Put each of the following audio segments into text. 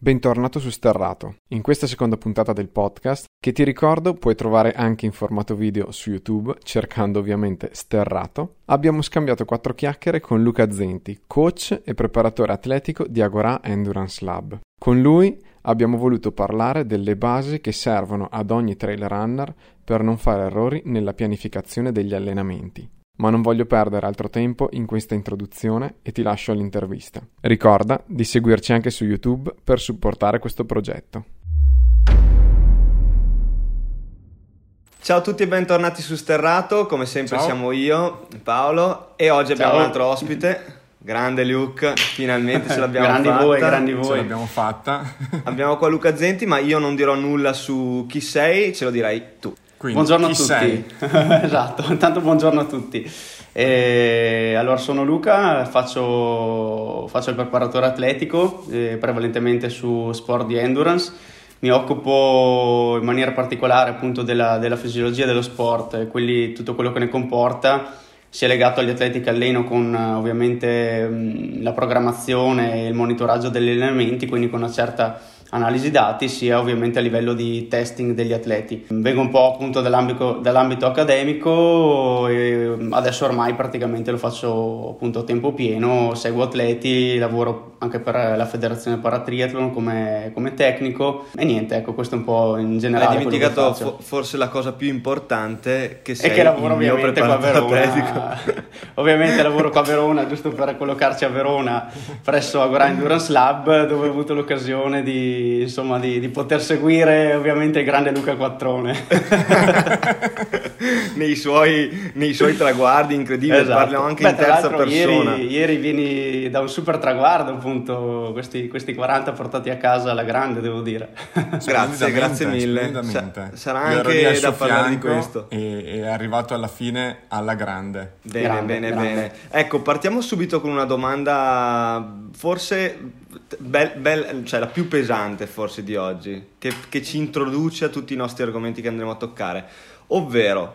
Bentornato su Sterrato. In questa seconda puntata del podcast, che ti ricordo puoi trovare anche in formato video su YouTube, cercando ovviamente Sterrato, abbiamo scambiato 4 chiacchiere con Luca Zenti, coach e preparatore atletico di Agorà Endurance Lab. Con lui abbiamo voluto parlare delle basi che servono ad ogni trail runner per non fare errori nella pianificazione degli allenamenti. Ma non voglio perdere altro tempo in questa introduzione e ti lascio all'intervista. Ricorda di seguirci anche su YouTube per supportare questo progetto. Ciao a tutti e bentornati su Sterrato, come sempre Ciao. Siamo io, Paolo, e oggi abbiamo un altro ospite, grande Luke, finalmente ce l'abbiamo grandi fatta. Grandi voi. Ce l'abbiamo fatta. Abbiamo qua Luca Zenti, ma io non dirò nulla su chi sei, ce lo dirai tu. Quindi, buongiorno a tutti. Esatto, intanto buongiorno a tutti. Allora sono Luca, faccio il preparatore atletico, prevalentemente su sport di endurance. Mi occupo in maniera particolare appunto della fisiologia dello sport, quindi tutto quello che ne comporta, sia legato agli atleti che alleno con ovviamente la programmazione e il monitoraggio degli allenamenti, quindi con una certa analisi dati, sia ovviamente a livello di testing degli atleti. Vengo un po' appunto dall'ambito accademico e adesso ormai praticamente lo faccio appunto a tempo pieno, seguo atleti, lavoro anche per la federazione paratriathlon come tecnico e niente, ecco, questo è un po' in generale. Hai dimenticato forse la cosa più importante, che sei che lavoro il mio preparatore atletico. Ovviamente lavoro qua a Verona, giusto per collocarci a Verona, presso Agorà Endurance Lab, dove ho avuto l'occasione di poter seguire ovviamente il grande Luca Quattrone nei suoi traguardi incredibili. Esatto. Parliamo anche in terza persona. Ieri vieni da un super traguardo, appunto, questi 40 portati a casa alla grande, devo dire. Grazie mille. Sarà anche da parlare di questo. È arrivato alla fine alla grande. Bene. Ecco, partiamo subito con una domanda forse cioè la più pesante forse di oggi, che ci introduce a tutti i nostri argomenti che andremo a toccare, ovvero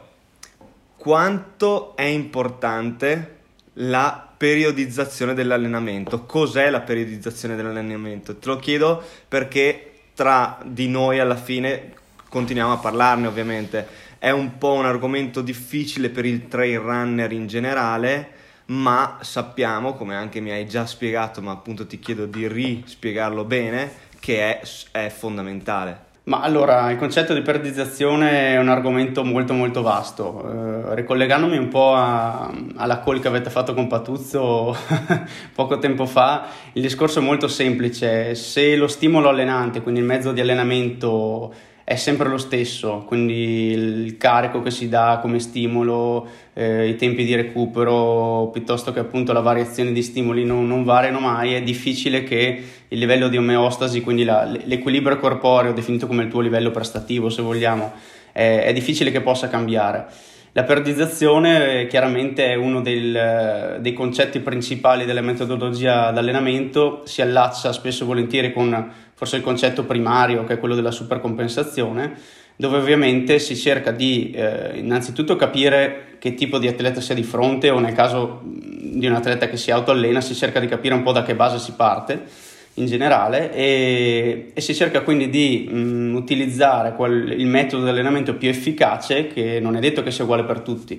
quanto è importante la periodizzazione dell'allenamento. Cos'è la periodizzazione dell'allenamento? Te lo chiedo perché tra di noi alla fine continuiamo a parlarne, ovviamente è un po' un argomento difficile per il trail runner in generale, ma sappiamo, come anche mi hai già spiegato, ma appunto ti chiedo di rispiegarlo bene, che è fondamentale. Ma allora, il concetto di periodizzazione è un argomento molto molto vasto. Ricollegandomi un po' alla call che avete fatto con Patuzzo poco tempo fa, il discorso è molto semplice. Se lo stimolo allenante, quindi il mezzo di allenamento, è sempre lo stesso, quindi il carico che si dà come stimolo, i tempi di recupero, piuttosto che appunto la variazione di stimoli non variano mai, è difficile che il livello di omeostasi, quindi l'equilibrio corporeo, definito come il tuo livello prestativo se vogliamo, è difficile che possa cambiare. La periodizzazione chiaramente è uno dei concetti principali della metodologia d'allenamento, si allaccia spesso e volentieri con forse il concetto primario, che è quello della supercompensazione, dove ovviamente si cerca di innanzitutto capire che tipo di atleta si ha di fronte, o nel caso di un atleta che si autoallena si cerca di capire un po' da che base si parte in generale e si cerca quindi di utilizzare il metodo di allenamento più efficace, che non è detto che sia uguale per tutti,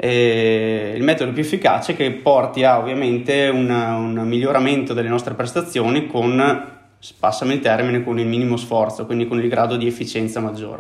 il metodo più efficace che porti a ovviamente un miglioramento delle nostre prestazioni con, passami il termine, con il minimo sforzo, quindi con il grado di efficienza maggiore.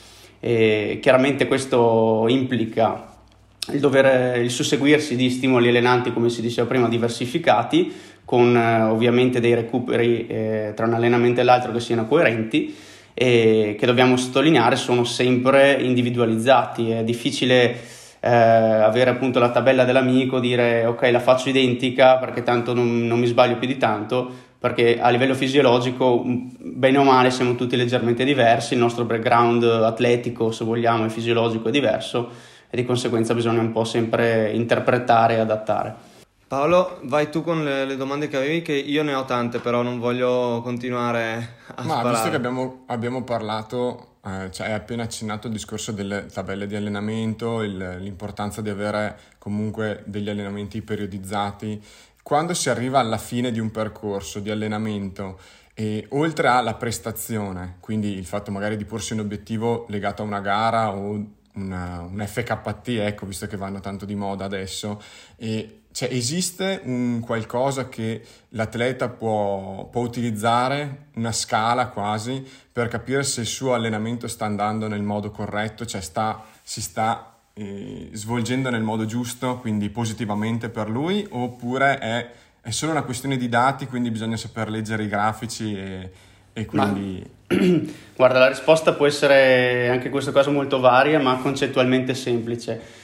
E chiaramente questo implica il susseguirsi di stimoli allenanti, come si diceva prima, diversificati, con ovviamente dei recuperi tra un allenamento e l'altro che siano coerenti e che, dobbiamo sottolineare, sono sempre individualizzati. È difficile avere appunto la tabella dell'amico, dire ok, la faccio identica perché tanto non mi sbaglio più di tanto, perché a livello fisiologico bene o male siamo tutti leggermente diversi, il nostro background atletico, se vogliamo, e fisiologico è diverso e di conseguenza bisogna un po' sempre interpretare e adattare. Paolo, vai tu con le domande che avevi, che io ne ho tante, però non voglio continuare a sparare. Visto che abbiamo parlato, cioè hai appena accennato il discorso delle tabelle di allenamento, l'importanza di avere comunque degli allenamenti periodizzati, quando si arriva alla fine di un percorso di allenamento, E oltre alla prestazione, quindi il fatto magari di porsi un obiettivo legato a una gara o un FKT, ecco, visto che vanno tanto di moda adesso, e cioè, esiste un qualcosa che l'atleta può utilizzare, una scala quasi, per capire se il suo allenamento sta andando nel modo corretto, cioè si sta svolgendo nel modo giusto, quindi positivamente per lui, oppure è solo una questione di dati, quindi bisogna saper leggere i grafici e quindi... Guarda, la risposta può essere anche in questo caso molto varia, ma concettualmente semplice.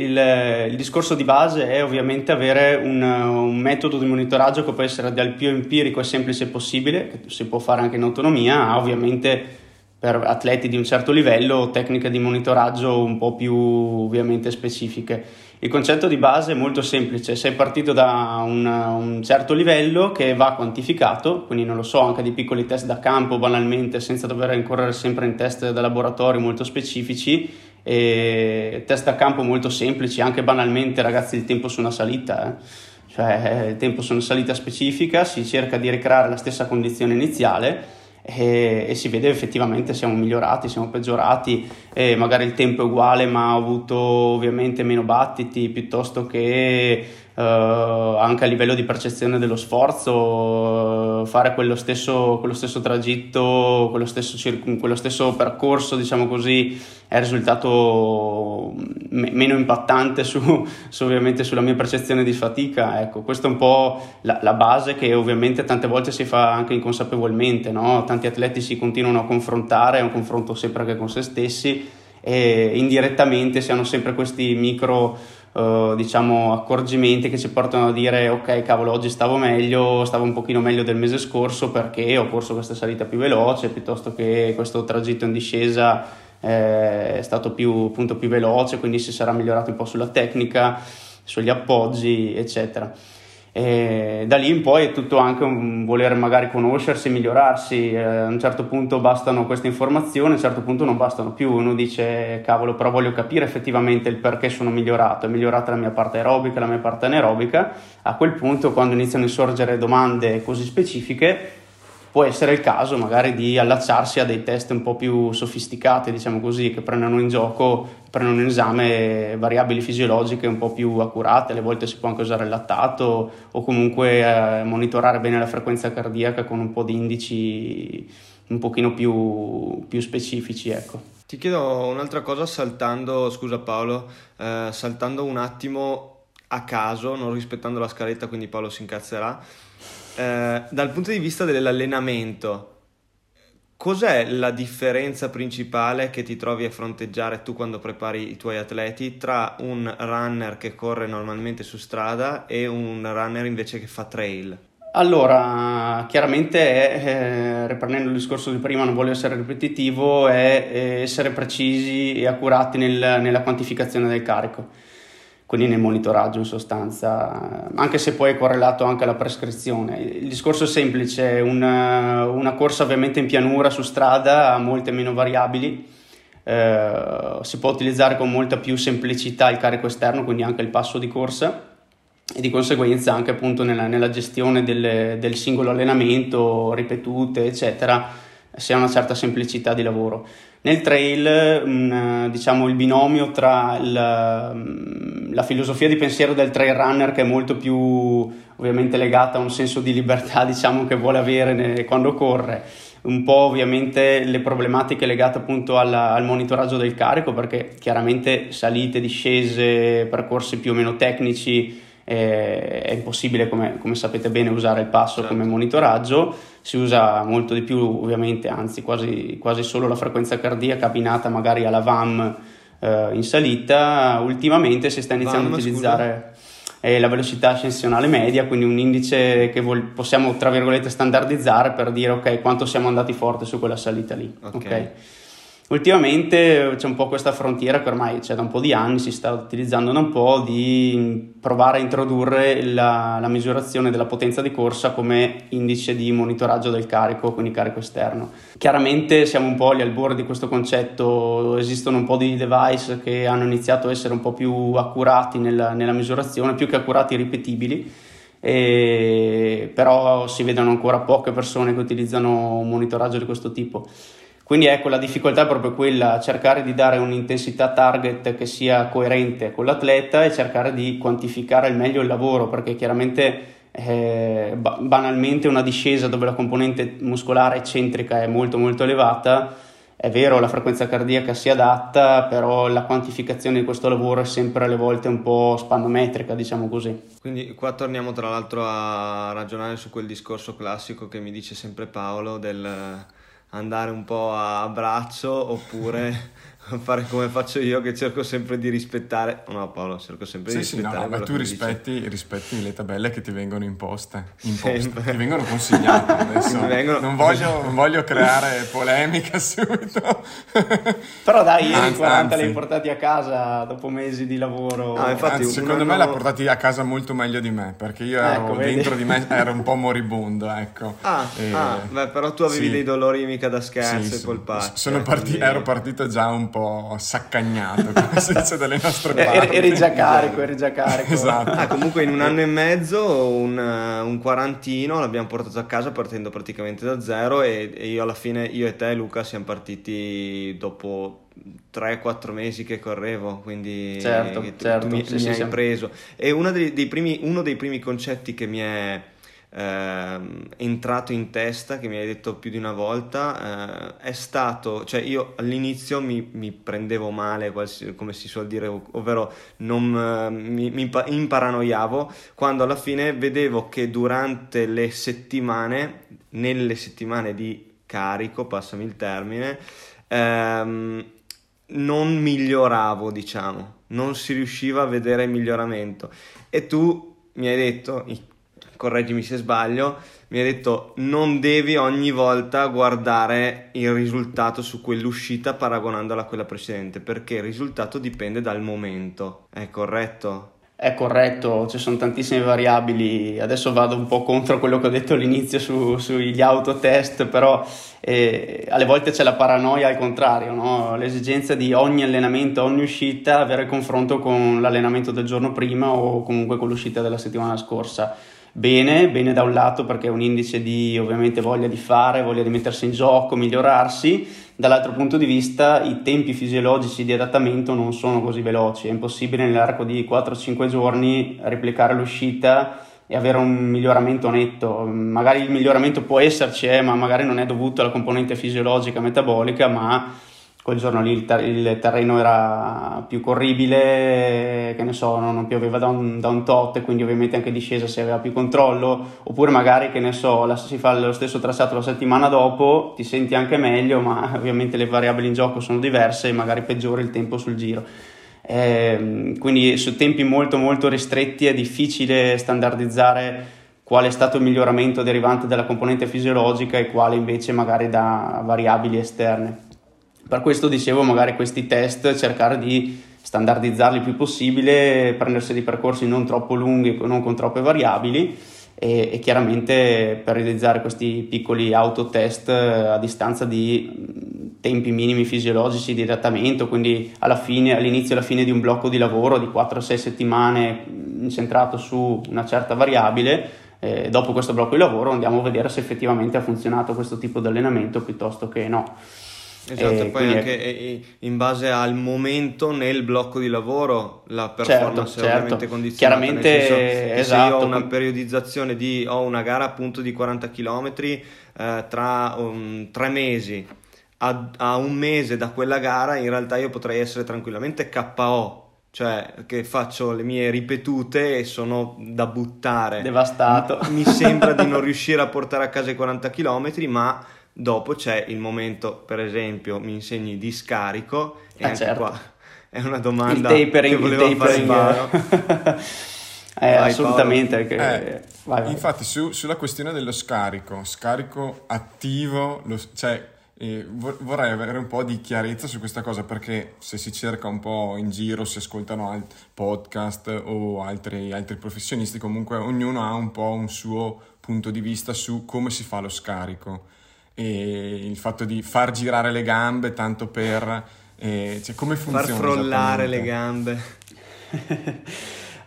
Il discorso di base è ovviamente avere un metodo di monitoraggio che può essere dal più empirico e semplice possibile, che si può fare anche in autonomia, a ovviamente per atleti di un certo livello tecniche di monitoraggio un po' più ovviamente specifiche. Il concetto di base è molto semplice: sei partito da un certo livello che va quantificato, quindi non lo so, anche dei piccoli test da campo banalmente, senza dover incorrere sempre in test da laboratorio molto specifici, e test da campo molto semplici, anche banalmente ragazzi il tempo su una salita, cioè il tempo su una salita specifica, si cerca di ricreare la stessa condizione iniziale e si vede effettivamente siamo migliorati, siamo peggiorati, magari il tempo è uguale ma ho avuto ovviamente meno battiti, piuttosto che anche a livello di percezione dello sforzo, fare quello stesso tragitto, quello stesso percorso, diciamo così, è risultato meno impattante su ovviamente sulla mia percezione di fatica. Ecco, questa è un po' la base che ovviamente tante volte si fa anche inconsapevolmente, no? Tanti atleti si continuano a confrontare, è un confronto sempre anche con se stessi, e indirettamente si hanno sempre questi micro diciamo accorgimenti che ci portano a dire ok, cavolo, oggi stavo un pochino meglio del mese scorso perché ho corso questa salita più veloce, piuttosto che questo tragitto in discesa è stato più veloce, quindi si sarà migliorato un po' sulla tecnica, sugli appoggi, eccetera. E da lì in poi è tutto anche un voler magari conoscersi, migliorarsi. A un certo punto bastano queste informazioni, a un certo punto non bastano più. Uno dice cavolo, però voglio capire effettivamente il perché sono migliorato, è migliorata la mia parte aerobica, la mia parte anaerobica. A quel punto, quando iniziano a sorgere domande così specifiche, può essere il caso magari di allacciarsi a dei test un po' più sofisticati, diciamo così, che prendono in esame variabili fisiologiche un po' più accurate. Alle volte si può anche usare il lattato o comunque monitorare bene la frequenza cardiaca con un po' di indici un pochino più specifici, ecco. Ti chiedo un'altra cosa saltando un attimo a caso, non rispettando la scaletta, quindi Paolo si incazzerà. Dal punto di vista dell'allenamento, cos'è la differenza principale che ti trovi a fronteggiare tu quando prepari i tuoi atleti tra un runner che corre normalmente su strada e un runner invece che fa trail? Allora, chiaramente riprendendo il discorso di prima, non voglio essere ripetitivo, è essere precisi e accurati nella quantificazione del carico, quindi nel monitoraggio in sostanza, anche se poi è correlato anche alla prescrizione. Il discorso è semplice: una corsa ovviamente in pianura su strada ha molte meno variabili, si può utilizzare con molta più semplicità il carico esterno, quindi anche il passo di corsa, e di conseguenza anche appunto nella gestione del singolo allenamento, ripetute eccetera, si ha una certa semplicità di lavoro. Nel trail diciamo il binomio tra la filosofia di pensiero del trail runner, che è molto più ovviamente legata a un senso di libertà, diciamo, che vuole avere quando corre, un po' ovviamente le problematiche legate appunto al monitoraggio del carico, perché chiaramente salite, discese, percorsi più o meno tecnici, è impossibile, come sapete bene, usare il passo come monitoraggio. Si usa molto di più ovviamente, anzi quasi solo la frequenza cardiaca abbinata magari alla VAM in salita. Ultimamente si sta iniziando a utilizzare la velocità ascensionale media, quindi un indice che possiamo tra virgolette standardizzare per dire ok, quanto siamo andati forte su quella salita lì. Ok. Ultimamente c'è un po' questa frontiera che ormai c'è da un po' di anni, si sta utilizzando da un po', di provare a introdurre la misurazione della potenza di corsa come indice di monitoraggio del carico, quindi carico esterno. Chiaramente siamo un po' agli albori di questo concetto, esistono un po' di device che hanno iniziato a essere un po' più accurati nella misurazione, più che accurati, ripetibili, però si vedono ancora poche persone che utilizzano un monitoraggio di questo tipo. Quindi ecco, la difficoltà è proprio quella, cercare di dare un'intensità target che sia coerente con l'atleta e cercare di quantificare al meglio il lavoro, perché chiaramente banalmente una discesa dove la componente muscolare eccentrica è molto molto elevata, è vero, la frequenza cardiaca si adatta, però la quantificazione di questo lavoro è sempre alle volte un po' spannometrica, diciamo così. Quindi qua torniamo tra l'altro a ragionare su quel discorso classico che mi dice sempre Paolo del andare un po' a braccio oppure fare come faccio io, che cerco sempre di rispettare. No, Paolo, cerco sempre di rispettare. No, ma tu rispetti le tabelle che ti vengono imposte, ti vengono consigliate. Adesso non voglio creare polemica subito. Però dai, ieri 40 li hai portati a casa dopo mesi di lavoro. Infatti, secondo me l'ha portati a casa molto meglio di me, perché io ero dentro di me, ero un po' moribondo, ecco. Però tu avevi dei dolori mica da scherzo e polpacci. Ero partito già un po' saccagnato, come si dice dalle nostre parti. Eri già carico. Esatto. Comunque in un anno e mezzo un quarantino l'abbiamo portato a casa partendo praticamente da zero, e io alla fine, io e te Luca, siamo partiti dopo 3-4 mesi che correvo, quindi certo, tu mi hai preso. E uno dei primi concetti che mi è entrato in testa, che mi hai detto più di una volta, è stato, cioè io all'inizio mi prendevo male, come si suol dire, ovvero mi imparanoiavo, quando alla fine vedevo che durante nelle settimane di carico, passami il termine, non miglioravo, diciamo, non si riusciva a vedere miglioramento. E tu mi hai detto, correggimi se sbaglio, mi hai detto non devi ogni volta guardare il risultato su quell'uscita paragonandola a quella precedente, perché il risultato dipende dal momento. È corretto? È corretto, ci sono tantissime variabili. Adesso vado un po' contro quello che ho detto all'inizio sugli autotest, però alle volte c'è la paranoia al contrario, no? L'esigenza di ogni allenamento, ogni uscita, avere il confronto con l'allenamento del giorno prima o comunque con l'uscita della settimana scorsa. Bene da un lato, perché è un indice di ovviamente voglia di fare, voglia di mettersi in gioco, migliorarsi. Dall'altro punto di vista i tempi fisiologici di adattamento non sono così veloci, è impossibile nell'arco di 4-5 giorni replicare l'uscita e avere un miglioramento netto. Magari il miglioramento può esserci, ma magari non è dovuto alla componente fisiologica metabolica, ma quel giorno lì il terreno era più corribile, che ne so, non pioveva da un tot, e quindi ovviamente anche discesa si aveva più controllo, oppure magari, che ne so, si fa lo stesso tracciato la settimana dopo, ti senti anche meglio, ma ovviamente le variabili in gioco sono diverse e magari peggiora il tempo sul giro. Quindi su tempi molto molto ristretti è difficile standardizzare quale è stato il miglioramento derivante dalla componente fisiologica e quale invece magari da variabili esterne. Per questo dicevo, magari questi test cercare di standardizzarli il più possibile, prendersi dei percorsi non troppo lunghi, non con troppe variabili, e chiaramente periodizzare questi piccoli autotest a distanza di tempi minimi fisiologici di adattamento, quindi all'inizio e alla fine di un blocco di lavoro di 4-6 settimane incentrato su una certa variabile. Dopo questo blocco di lavoro andiamo a vedere se effettivamente ha funzionato questo tipo di allenamento piuttosto che no. Esatto, e poi anche in base al momento nel blocco di lavoro la performance è ovviamente condizionata. Chiaramente, nel senso, esatto. Se io ho una periodizzazione ho una gara appunto di 40 km tra 3 mesi a un mese da quella gara, in realtà io potrei essere tranquillamente KO, cioè che faccio le mie ripetute e sono da buttare, devastato. Mi sembra di non riuscire a portare a casa i 40 km, ma dopo c'è il momento, per esempio, mi insegni di scarico, e anche certo. qua è una domanda che volevo fare Paolo. Assolutamente. Vai. Infatti sulla questione dello scarico attivo, vorrei avere un po' di chiarezza su questa cosa, perché se si cerca un po' in giro, si ascoltano podcast o altri professionisti, comunque ognuno ha un po' un suo punto di vista su come si fa lo scarico. E il fatto di far girare le gambe tanto per come funziona, far frollare le gambe.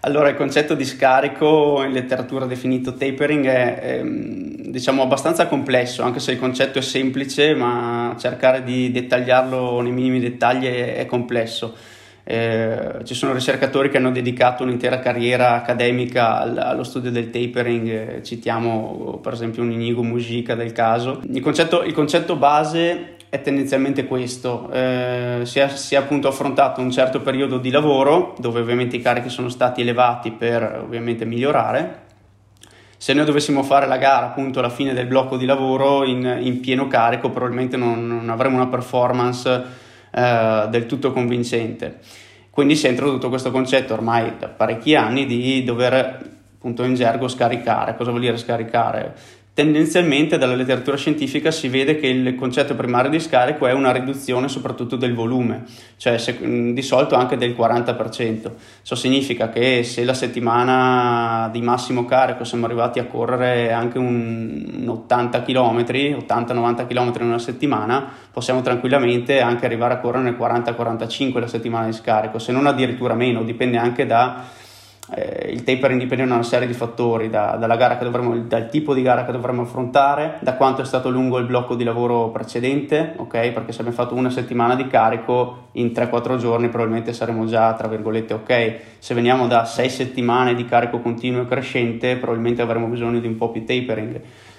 Allora, il concetto di scarico in letteratura definito tapering è diciamo abbastanza complesso, anche se il concetto è semplice, ma cercare di dettagliarlo nei minimi dettagli è complesso. Ci sono ricercatori che hanno dedicato un'intera carriera accademica allo studio del tapering, citiamo per esempio un Inigo Mujica del caso. Il concetto base è tendenzialmente questo, si è appunto affrontato un certo periodo di lavoro dove ovviamente i carichi sono stati elevati per ovviamente migliorare. Se noi dovessimo fare la gara appunto alla fine del blocco di lavoro in pieno carico, probabilmente non avremo una performance del tutto convincente. Quindi si è introdotto questo concetto ormai da parecchi anni di dover appunto in gergo scaricare. Cosa vuol dire scaricare? Tendenzialmente dalla letteratura scientifica si vede che il concetto primario di scarico è una riduzione soprattutto del volume, cioè di solito anche del 40%. Ciò significa che se la settimana di massimo carico siamo arrivati a correre anche un 80 km, 80-90 km in una settimana, possiamo tranquillamente anche arrivare a correre nel 40-45 la settimana di scarico, se non addirittura meno, dipende anche il tapering dipende da una serie di fattori, dalla gara dal tipo di gara che dovremo affrontare, da quanto è stato lungo il blocco di lavoro precedente, ok? Perché se abbiamo fatto una settimana di carico, in 3-4 giorni probabilmente saremo già, tra virgolette, ok. Se veniamo da 6 settimane di carico continuo e crescente, probabilmente avremo bisogno di un po' più tapering.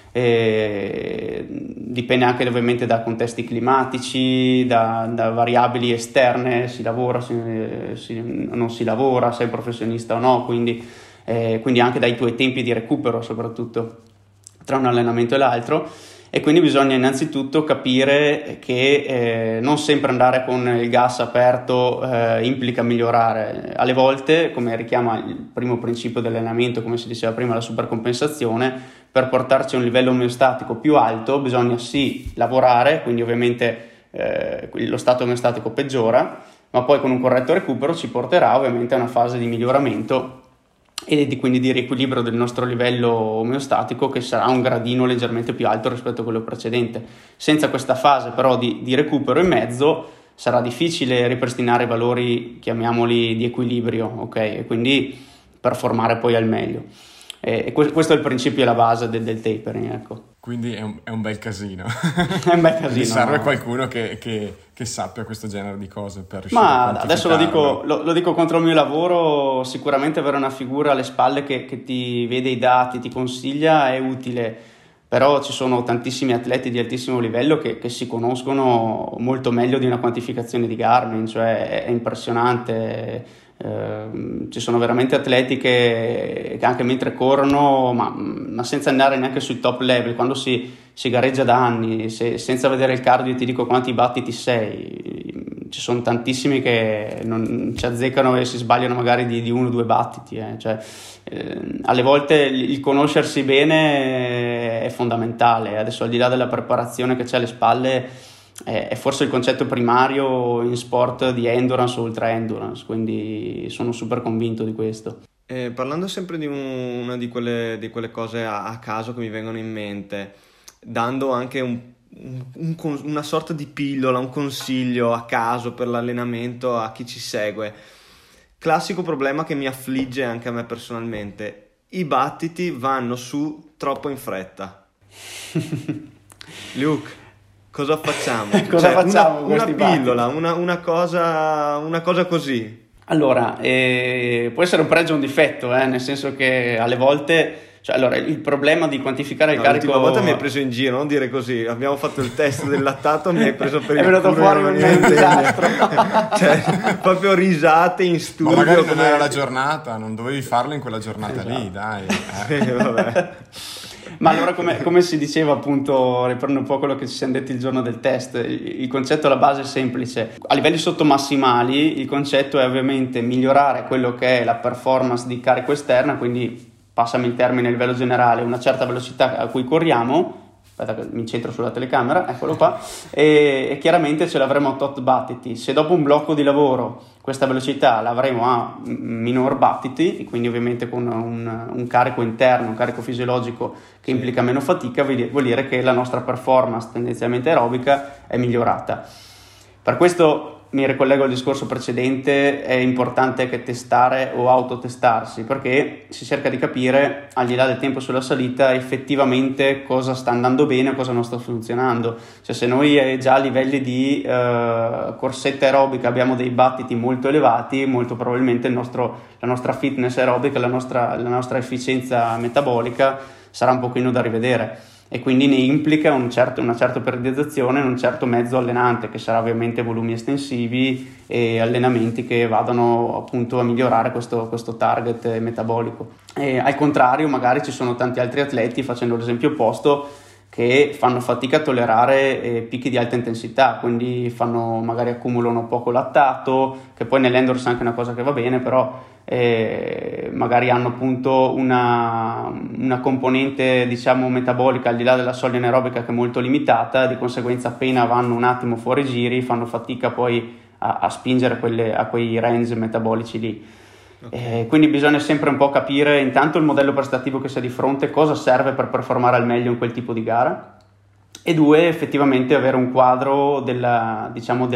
Dipende anche ovviamente da contesti climatici, da variabili esterne, si lavora, non si lavora, sei professionista o no, quindi anche dai tuoi tempi di recupero soprattutto tra un allenamento e l'altro. E quindi bisogna innanzitutto capire che non sempre andare con il gas aperto implica migliorare. Alle volte, come richiama il primo principio dell'allenamento, come si diceva prima, la supercompensazione, per portarci a un livello omeostatico più alto bisogna sì lavorare, quindi ovviamente lo stato omeostatico peggiora, ma poi con un corretto recupero ci porterà ovviamente a una fase di miglioramento e quindi di riequilibrio del nostro livello omeostatico, che sarà un gradino leggermente più alto rispetto a quello precedente. Senza questa fase però di recupero in mezzo sarà difficile ripristinare i valori, chiamiamoli, di equilibrio, ok? E quindi performare poi al meglio. E questo è il principio e la base del tapering, ecco. Quindi è un bel casino. È un bel casino. Mi serve qualcuno che sappia questo genere di cose per riuscire a quantificarlo. Adesso lo dico contro il mio lavoro, sicuramente avere una figura alle spalle che ti vede i dati, ti consiglia è utile, però ci sono tantissimi atleti di altissimo livello che si conoscono molto meglio di una quantificazione di Garmin, cioè è impressionante. Ci sono veramente atleti che anche mentre corrono, ma senza andare neanche sui top level, quando si gareggia da anni, senza vedere il cardio ti dico quanti battiti sei, ci sono tantissimi che non ci azzeccano e si sbagliano magari di 1-2 battiti, cioè, alle volte il conoscersi bene è fondamentale. Adesso, al di là della preparazione che c'è alle spalle, è forse il concetto primario in sport di endurance o ultra endurance, quindi sono super convinto di questo. Parlando sempre di una di quelle cose a caso che mi vengono in mente, dando anche una sorta di pillola, un consiglio a caso per l'allenamento a chi ci segue. Classico problema che mi affligge anche a me personalmente: i battiti vanno su troppo in fretta. Luke, cosa facciamo? Facciamo una pillola, una cosa così. Allora, può essere un pregio o un difetto, nel senso che alle volte, allora, il problema di quantificare il carico... L'ultima volta mi hai preso in giro, non dire così. Abbiamo fatto il test del lattato, mi hai preso per il culo. È venuto fuori un disastro. Cioè, proprio risate in studio. Ma magari non era la giornata, non dovevi farlo in quella giornata lì, dai. Vabbè. Ma allora, come si diceva, appunto, riprendo un po' quello che ci siamo detti il giorno del test, il concetto alla base è semplice. A livelli sottomassimali il concetto è ovviamente migliorare quello che è la performance di carico esterna, quindi passami il termine a livello generale, una certa velocità a cui corriamo. Aspetta che mi centro sulla telecamera, eccolo qua, e chiaramente ce l'avremo a tot battiti. Se dopo un blocco di lavoro questa velocità l'avremo a minor battiti, quindi ovviamente con un carico interno, un carico fisiologico che implica meno fatica, vuol dire che la nostra performance tendenzialmente aerobica è migliorata. Per questo mi ricollego al discorso precedente, è importante che testare o autotestarsi, perché si cerca di capire, al di là del tempo sulla salita, effettivamente cosa sta andando bene e cosa non sta funzionando. Cioè, se noi già a livelli di corsetta aerobica abbiamo dei battiti molto elevati, molto probabilmente la nostra fitness aerobica, la nostra efficienza metabolica sarà un pochino da rivedere, e quindi ne implica una certa periodizzazione, un certo mezzo allenante, che sarà ovviamente volumi estensivi e allenamenti che vadano appunto a migliorare questo target metabolico. E al contrario, magari ci sono tanti altri atleti, facendo l'esempio opposto, che fanno fatica a tollerare picchi di alta intensità, quindi magari accumulano poco lattato, che poi nell'endurance è anche una cosa che va bene, però magari hanno appunto una componente, diciamo, metabolica al di là della soglia anaerobica che è molto limitata, di conseguenza appena vanno un attimo fuori giri fanno fatica poi a spingere a quei range metabolici lì. Okay. Quindi bisogna sempre un po' capire intanto il modello prestativo che si ha di fronte, cosa serve per performare al meglio in quel tipo di gara, e due, effettivamente avere un quadro della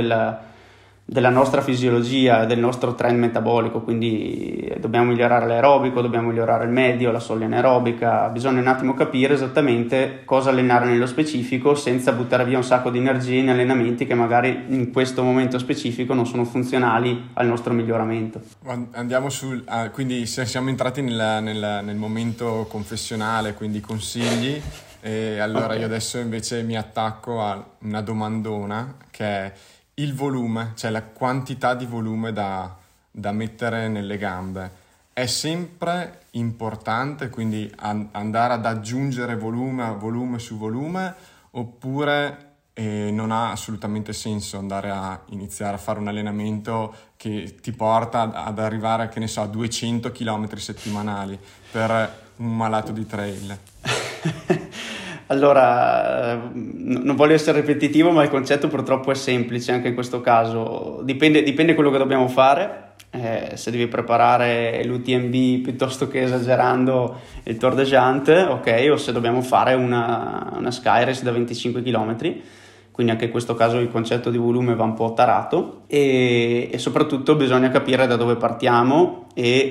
nostra fisiologia, del nostro trend metabolico, quindi dobbiamo migliorare l'aerobico, dobbiamo migliorare il medio, la soglia anaerobica, bisogna un attimo capire esattamente cosa allenare nello specifico senza buttare via un sacco di energie in allenamenti che magari in questo momento specifico non sono funzionali al nostro miglioramento. Andiamo quindi siamo entrati nel momento confessionale, quindi consigli, e allora okay. Io adesso invece mi attacco a una domandona che è il volume, cioè la quantità di volume da mettere nelle gambe. È sempre importante, quindi andare ad aggiungere volume su volume, oppure non ha assolutamente senso andare a iniziare a fare un allenamento che ti porta ad arrivare, che ne so, a 200 km settimanali per un malato di trail? Allora, non voglio essere ripetitivo, ma il concetto purtroppo è semplice anche in questo caso. Dipende quello che dobbiamo fare. Se devi preparare l'UTMB piuttosto che, esagerando, il Tour de Jante, ok, o se dobbiamo fare una Sky Race da 25 km. Quindi anche in questo caso il concetto di volume va un po' tarato, e soprattutto bisogna capire da dove partiamo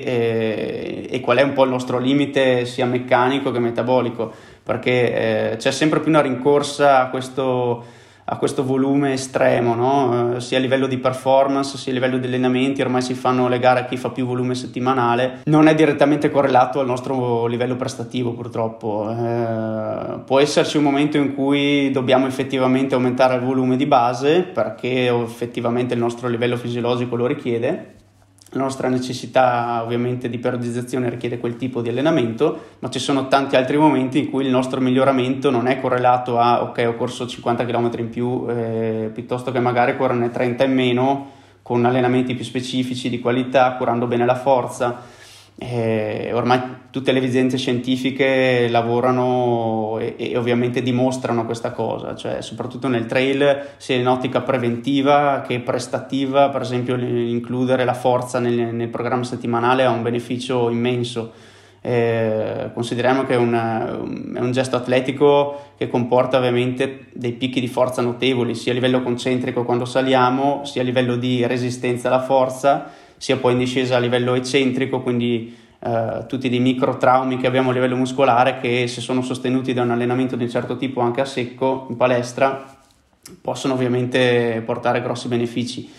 e qual è un po' il nostro limite sia meccanico che metabolico, perché c'è sempre più una rincorsa a questo volume estremo, no? Sia a livello di performance sia a livello di allenamenti. Ormai si fanno le gare a chi fa più volume settimanale, non è direttamente correlato al nostro livello prestativo, purtroppo. Può esserci un momento in cui dobbiamo effettivamente aumentare il volume di base perché effettivamente il nostro livello fisiologico lo richiede. La nostra necessità ovviamente di periodizzazione richiede quel tipo di allenamento, ma ci sono tanti altri momenti in cui il nostro miglioramento non è correlato a ok, ho corso 50 km in più, piuttosto che magari correrne 30 in meno con allenamenti più specifici di qualità, curando bene la forza. Ormai tutte le evidenze scientifiche lavorano e ovviamente dimostrano questa cosa, cioè soprattutto nel trail, sia in ottica preventiva che prestativa. Per esempio, includere la forza nel programma settimanale ha un beneficio immenso. Consideriamo che è un gesto atletico che comporta ovviamente dei picchi di forza notevoli, sia a livello concentrico quando saliamo, sia a livello di resistenza alla forza, sia poi in discesa a livello eccentrico, quindi tutti dei micro traumi che abbiamo a livello muscolare che, se sono sostenuti da un allenamento di un certo tipo anche a secco in palestra, possono ovviamente portare grossi benefici.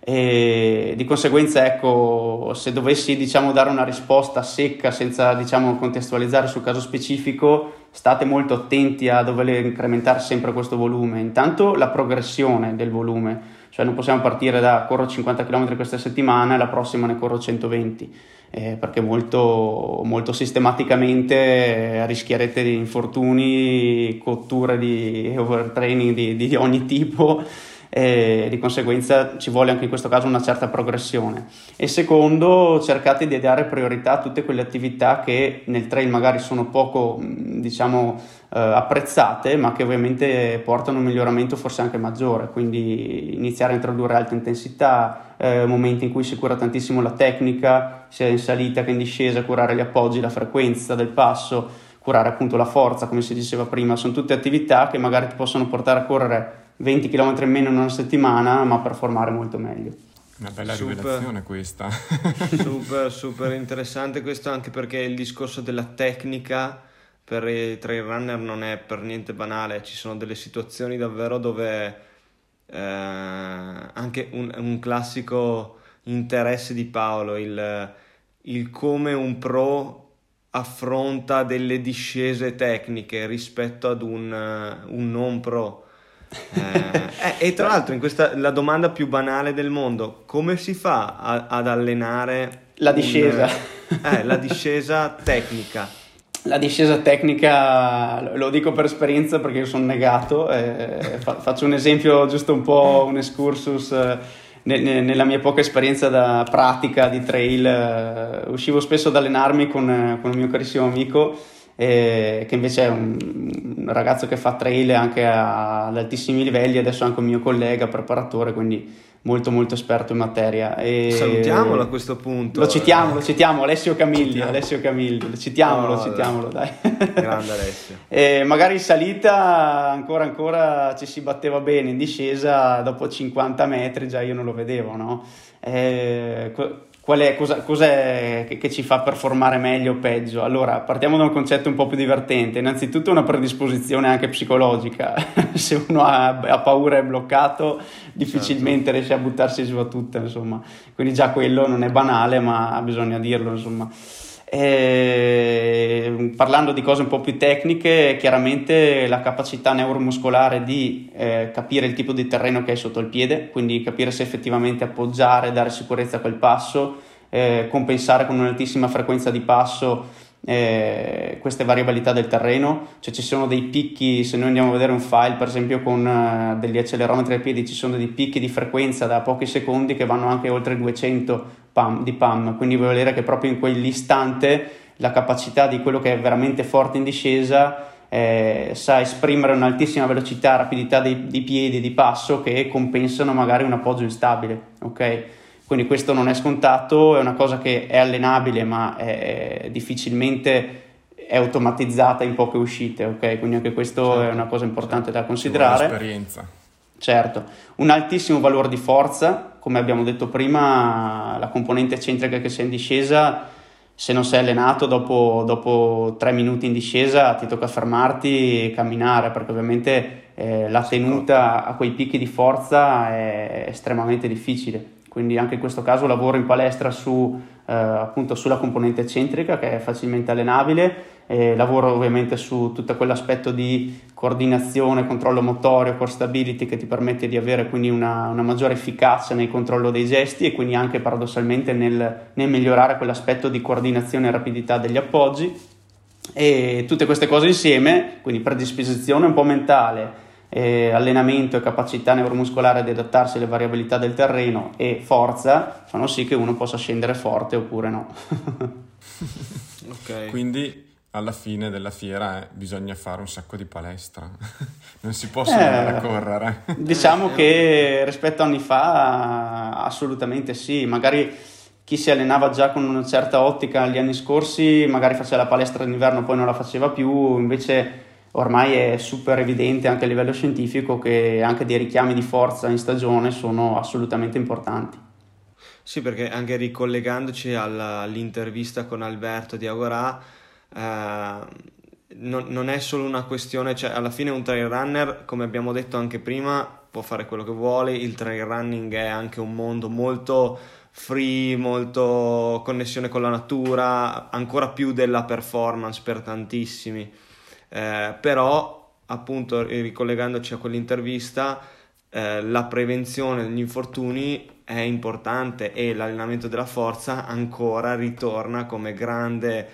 E di conseguenza, ecco, se dovessi dare una risposta secca senza contestualizzare sul caso specifico, state molto attenti a dover incrementare sempre questo volume. Intanto la progressione del volume, cioè non possiamo partire da corro 50 km questa settimana e la prossima ne corro 120, perché molto, molto sistematicamente rischierete di infortuni, cotture di overtraining di ogni tipo. Di conseguenza ci vuole anche in questo caso una certa progressione. E secondo, cercate di dare priorità a tutte quelle attività che nel trail magari sono poco apprezzate, ma che ovviamente portano un miglioramento forse anche maggiore. Quindi iniziare a introdurre alta intensità, momenti in cui si cura tantissimo la tecnica, sia in salita che in discesa, curare gli appoggi, la frequenza del passo, curare appunto la forza, come si diceva prima. Sono tutte attività che magari ti possono portare a correre 20 km in meno in una settimana, ma performare molto meglio. Una bella rivelazione questa. Super interessante questo, anche perché il discorso della tecnica per i trail runner non è per niente banale. Ci sono delle situazioni davvero dove anche un classico interesse di Paolo, il come un pro affronta delle discese tecniche rispetto ad un non pro. E tra l'altro la domanda più banale del mondo: come si fa ad allenare la discesa? La discesa tecnica. La discesa tecnica, lo dico per esperienza perché io sono negato, faccio un esempio, giusto un po' un excursus. Nella mia poca esperienza da pratica di trail, uscivo spesso ad allenarmi con un mio carissimo amico, che invece è un ragazzo che fa trail anche ad altissimi livelli, adesso anche un mio collega preparatore, quindi molto molto esperto in materia. Salutiamolo a questo punto. Lo citiamo, Alessio Camilli, citiamolo, dai. Grande Alessio. Magari in salita ancora ci si batteva bene, in discesa dopo 50 metri già io non lo vedevo, no? Cos'è che ci fa performare meglio o peggio? Allora, partiamo da un concetto un po' più divertente. Innanzitutto una predisposizione anche psicologica. Se uno ha paura e è bloccato, difficilmente riesce a buttarsi giù a tutta, insomma. Quindi già quello non è banale, ma bisogna dirlo, insomma. Parlando di cose un po' più tecniche, chiaramente la capacità neuromuscolare di capire il tipo di terreno che hai sotto il piede, quindi capire se effettivamente appoggiare, dare sicurezza a quel passo, compensare con un'altissima frequenza di passo queste variabilità del terreno. Cioè ci sono dei picchi, se noi andiamo a vedere un file per esempio con degli accelerometri ai piedi, ci sono dei picchi di frequenza da pochi secondi che vanno anche oltre 200 di PAM, quindi vuol dire che proprio in quell'istante la capacità di quello che è veramente forte in discesa sa esprimere un'altissima velocità, rapidità di piedi, di passo, che compensano magari un appoggio instabile, ok? Quindi questo non è scontato, è una cosa che è allenabile, ma difficilmente è automatizzata in poche uscite, ok? Quindi anche questo è una cosa importante da considerare. Esperienza. Certo, un altissimo valore di forza, come abbiamo detto prima, la componente eccentrica che sei in discesa, se non sei allenato dopo 3 minuti in discesa ti tocca fermarti e camminare, perché ovviamente la tenuta a quei picchi di forza è estremamente difficile. Quindi anche in questo caso lavoro in palestra appunto sulla componente eccentrica, che è facilmente allenabile, lavoro ovviamente su tutto quell'aspetto di coordinazione, controllo motorio, core stability, che ti permette di avere quindi una maggiore efficacia nel controllo dei gesti e quindi anche paradossalmente nel migliorare quell'aspetto di coordinazione e rapidità degli appoggi. E tutte queste cose insieme, quindi predisposizione un po' mentale, allenamento e capacità neuromuscolare di adattarsi alle variabilità del terreno e forza, fanno sì che uno possa scendere forte oppure no. Okay. Quindi alla fine della fiera bisogna fare un sacco di palestra, non si possono andare a correre. Diciamo che rispetto a anni fa assolutamente sì, magari chi si allenava già con una certa ottica gli anni scorsi magari faceva la palestra d'inverno poi non la faceva più, invece ormai è super evidente anche a livello scientifico che anche dei richiami di forza in stagione sono assolutamente importanti. Sì, perché anche ricollegandoci all'intervista con Alberto di Agorà, non è solo una questione, cioè alla fine un trail runner, come abbiamo detto anche prima, può fare quello che vuole. Il trail running è anche un mondo molto free, molto connessione con la natura, ancora più della performance per tantissimi. Però appunto ricollegandoci a quell'intervista, la prevenzione degli infortuni è importante e l'allenamento della forza ancora ritorna come grande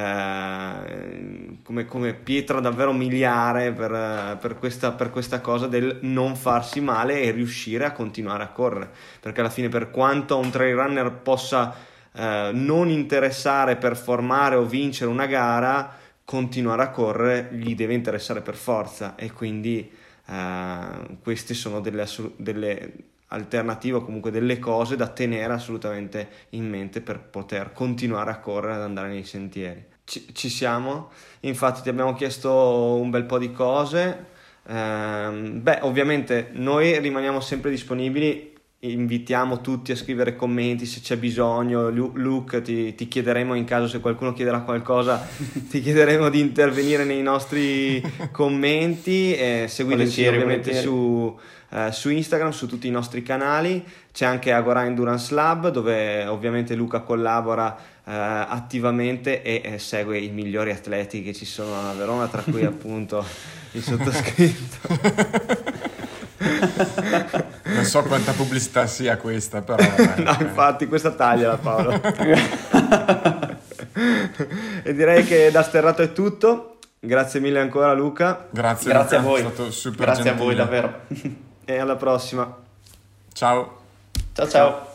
come pietra davvero miliare per questa cosa del non farsi male e riuscire a continuare a correre, perché alla fine, per quanto un trail runner possa non interessare performare o vincere una gara, continuare a correre gli deve interessare per forza, e quindi queste sono delle alternative o comunque delle cose da tenere assolutamente in mente per poter continuare a correre, ad andare nei sentieri. Ci siamo, infatti ti abbiamo chiesto un bel po' di cose, Ovviamente noi rimaniamo sempre disponibili, invitiamo tutti a scrivere commenti se c'è bisogno. Luke, ti chiederemo, in caso se qualcuno chiederà qualcosa, ti chiederemo di intervenire nei nostri commenti. Seguiteci ovviamente su Instagram, su tutti i nostri canali. C'è anche Agora Endurance Lab, dove ovviamente Luca collabora attivamente e segue i migliori atleti che ci sono a Verona, tra cui appunto il sottoscritto. Non so quanta pubblicità sia questa, però no, infatti questa tagliala, Paolo. E direi che da Sterrato è tutto. Grazie mille ancora, Luca. Grazie Luca, a voi, è stato super grazie gentile. A voi davvero. E alla prossima. Ciao. Ciao.